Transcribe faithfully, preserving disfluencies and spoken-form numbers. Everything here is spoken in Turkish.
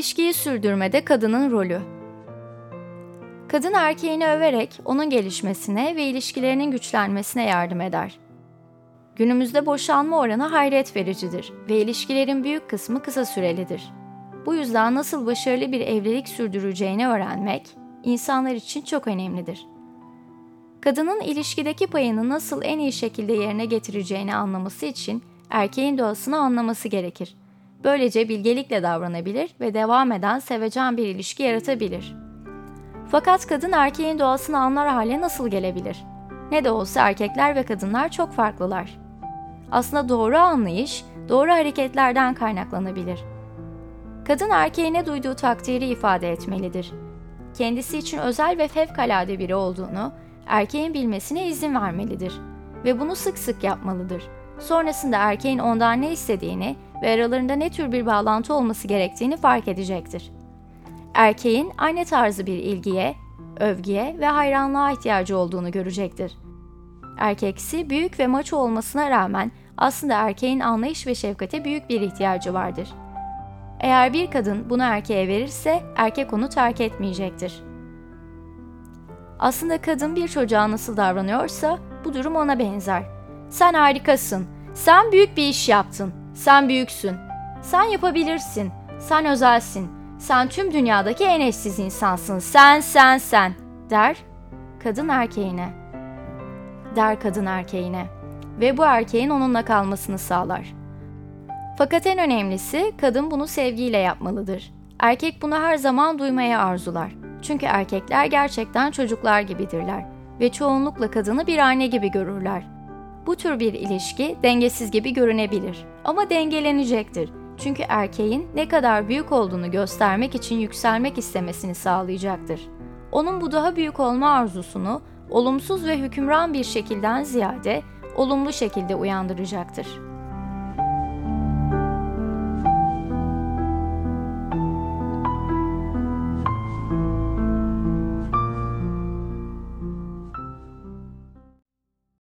İlişkiyi sürdürmede kadının rolü. Kadın erkeğini överek onun gelişmesine ve ilişkilerinin güçlenmesine yardım eder. Günümüzde boşanma oranı hayret vericidir ve ilişkilerin büyük kısmı kısa sürelidir. Bu yüzden nasıl başarılı bir evlilik sürdüreceğini öğrenmek, insanlar için çok önemlidir. Kadının ilişkideki payını nasıl en iyi şekilde yerine getireceğini anlaması için erkeğin doğasını anlaması gerekir. Böylece bilgelikle davranabilir ve devam eden sevecen bir ilişki yaratabilir. Fakat kadın erkeğin doğasını anlar hale nasıl gelebilir? Ne de olsa erkekler ve kadınlar çok farklılar. Aslında doğru anlayış, doğru hareketlerden kaynaklanabilir. Kadın erkeğine duyduğu takdiri ifade etmelidir. Kendisi için özel ve fevkalade biri olduğunu, erkeğin bilmesine izin vermelidir. Ve bunu sık sık yapmalıdır. Sonrasında erkeğin ondan ne istediğini ve aralarında ne tür bir bağlantı olması gerektiğini fark edecektir. Erkeğin aynı tarzı bir ilgiye, övgüye ve hayranlığa ihtiyacı olduğunu görecektir. Erkeksi, büyük ve maço olmasına rağmen aslında erkeğin anlayış ve şefkate büyük bir ihtiyacı vardır. Eğer bir kadın bunu erkeğe verirse erkek onu terk etmeyecektir. Aslında kadın bir çocuğa nasıl davranıyorsa bu durum ona benzer. Sen harikasın, sen büyük bir iş yaptın, sen büyüksün, sen yapabilirsin, sen özelsin, sen tüm dünyadaki en eşsiz insansın, sen sen sen der kadın erkeğine. Der kadın erkeğine ve bu erkeğin onunla kalmasını sağlar. Fakat en önemlisi kadın bunu sevgiyle yapmalıdır. Erkek bunu her zaman duymaya arzular. Çünkü erkekler gerçekten çocuklar gibidirler ve çoğunlukla kadını bir anne gibi görürler. Bu tür bir ilişki dengesiz gibi görünebilir ama dengelenecektir. Çünkü erkeğin ne kadar büyük olduğunu göstermek için yükselmek istemesini sağlayacaktır. Onun bu daha büyük olma arzusunu olumsuz ve hükümran bir şekilden ziyade olumlu şekilde uyandıracaktır.